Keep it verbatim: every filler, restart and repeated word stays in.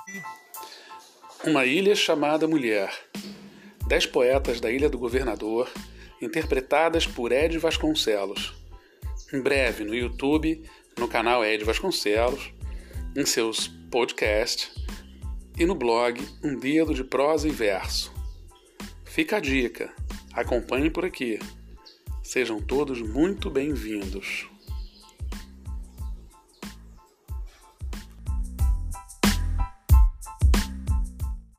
Uma ilha chamada Mulher. Dez poetas da Ilha do Governador, interpretadas por Ed Vasconcelos. Em breve no YouTube, no canal Ed Vasconcelos, em seus podcasts e no blog Um Dedo de Prosa e Verso. Fica a dica, acompanhem por aqui. Sejam todos muito bem-vindos.